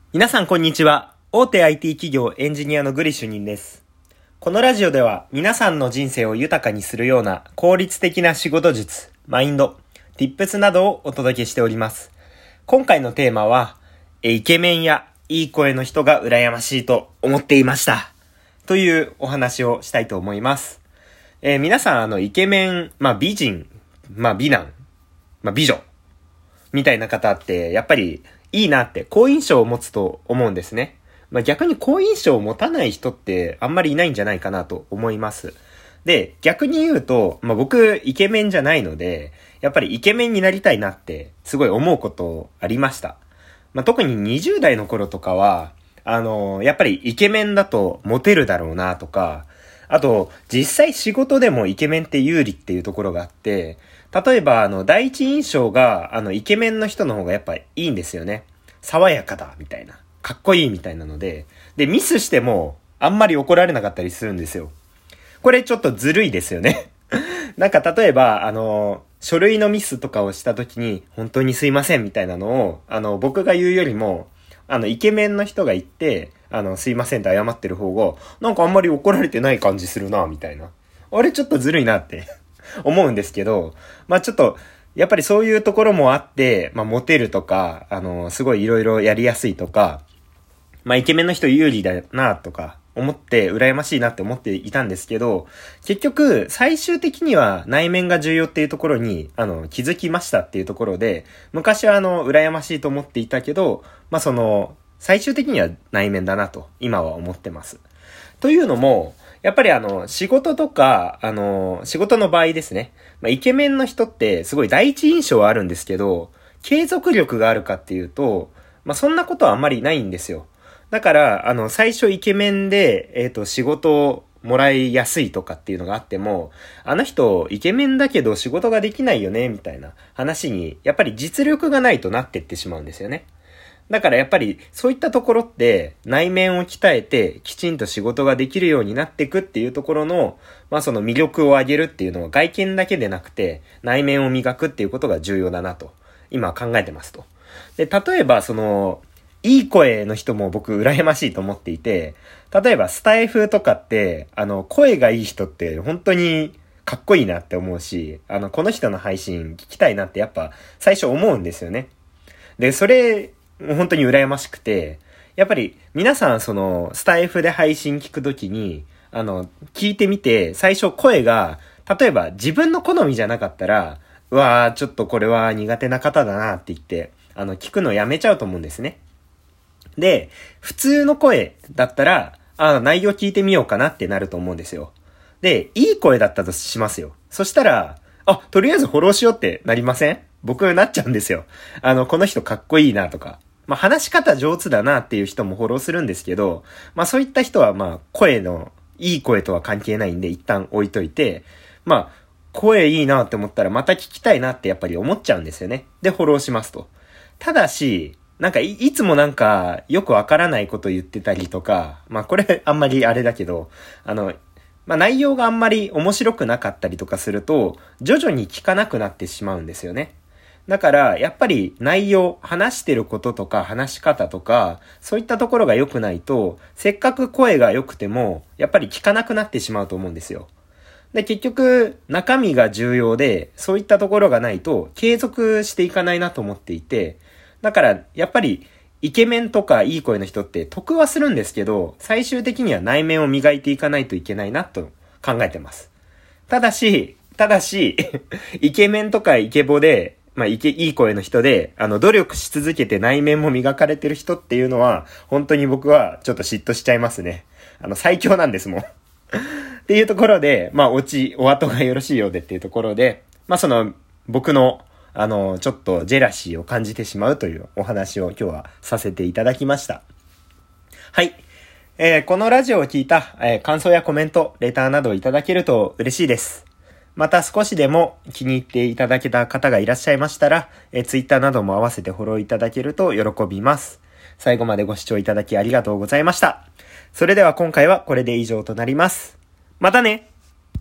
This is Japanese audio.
皆さんこんにちは。大手 IT 企業エンジニアのグリ主任です。このラジオでは皆さんの人生を豊かにするような効率的な仕事術、マインド、Tips などをお届けしております。今回のテーマは、イケメンやいい声の人が羨ましいと思っていました。というお話をしたいと思います。皆さんイケメン、美人、美男、美女みたいな方ってやっぱりいいなって好印象を持つと思うんですね。逆に好印象を持たない人ってあんまりいないんじゃないかなと思います。で、逆に言うと、僕イケメンじゃないので、やっぱりイケメンになりたいなってすごい思うことありました。特に20代の頃とかは、やっぱりイケメンだとモテるだろうなとか、あと実際仕事でもイケメンって有利っていうところがあって、例えば第一印象がイケメンの人の方がやっぱいいんですよね。爽やかだみたいな、かっこいいみたいなので、ミスしてもあんまり怒られなかったりするんですよ。これちょっとずるいですよね。例えば書類のミスとかをした時に本当にすいませんみたいなのを僕が言うよりもイケメンの人が言ってすいませんって謝ってる方があんまり怒られてない感じするなみたいな、あれちょっとずるいなって思うんですけど、ちょっとやっぱりそういうところもあって、モテるとかすごいいろいろやりやすいとか、イケメンの人有利だなとか思って羨ましいなって思っていたんですけど、結局最終的には内面が重要っていうところに気づきましたっていうところで、昔は羨ましいと思っていたけど、最終的には内面だなと今は思ってます。というのもやっぱり仕事とか仕事の場合ですね、イケメンの人ってすごい第一印象はあるんですけど、継続力があるかっていうとそんなことはあんまりないんですよ。だから最初イケメンで仕事をもらいやすいとかっていうのがあっても、あの人イケメンだけど仕事ができないよねみたいな話にやっぱり実力がないとなってってしまうんですよね。だからやっぱりそういったところって内面を鍛えてきちんと仕事ができるようになっていくっていうところのその魅力を上げるっていうのは外見だけでなくて内面を磨くっていうことが重要だなと今考えてますと。で、例えばいい声の人も僕羨ましいと思っていて、例えばスタイフとかって声がいい人って本当にかっこいいなって思うし、この人の配信聞きたいなってやっぱ最初思うんですよね。で、それ本当に羨ましくて、やっぱり皆さんスタイフで配信聞くときに聞いてみて、最初声が例えば自分の好みじゃなかったら、うわーちょっとこれは苦手な方だなって言って聞くのやめちゃうと思うんですね。で、普通の声だったら内容聞いてみようかなってなると思うんですよ。で、いい声だったとしますよ。そしたらとりあえずフォローしようってなりません？僕なっちゃうんですよ。この人かっこいいなとか、話し方上手だなっていう人もフォローするんですけど、そういった人は声のいい声とは関係ないんで一旦置いといて、声いいなって思ったらまた聞きたいなってやっぱり思っちゃうんですよね。で、フォローしますと。ただし、いつもよくわからないこと言ってたりとか、これあんまりあれだけど、内容があんまり面白くなかったりとかすると、徐々に聞かなくなってしまうんですよね。だから、やっぱり内容、話してることとか話し方とか、そういったところが良くないと、せっかく声が良くても、やっぱり聞かなくなってしまうと思うんですよ。で、結局、中身が重要で、そういったところがないと、継続していかないなと思っていて、だから、やっぱり、イケメンとかいい声の人って得はするんですけど、最終的には内面を磨いていかないといけないなと考えてます。ただし、イケメンとかイケボで、いい声の人で、努力し続けて内面も磨かれてる人っていうのは、本当に僕はちょっと嫉妬しちゃいますね。最強なんですもん。っていうところで、お後がよろしいようでっていうところで、僕の、ちょっとジェラシーを感じてしまうというお話を今日はさせていただきました。はい。このラジオを聞いた、感想やコメント、レターなどいただけると嬉しいです。また少しでも気に入っていただけた方がいらっしゃいましたら、Twitter なども合わせてフォローいただけると喜びます。最後までご視聴いただきありがとうございました。それでは今回はこれで以上となります。またね。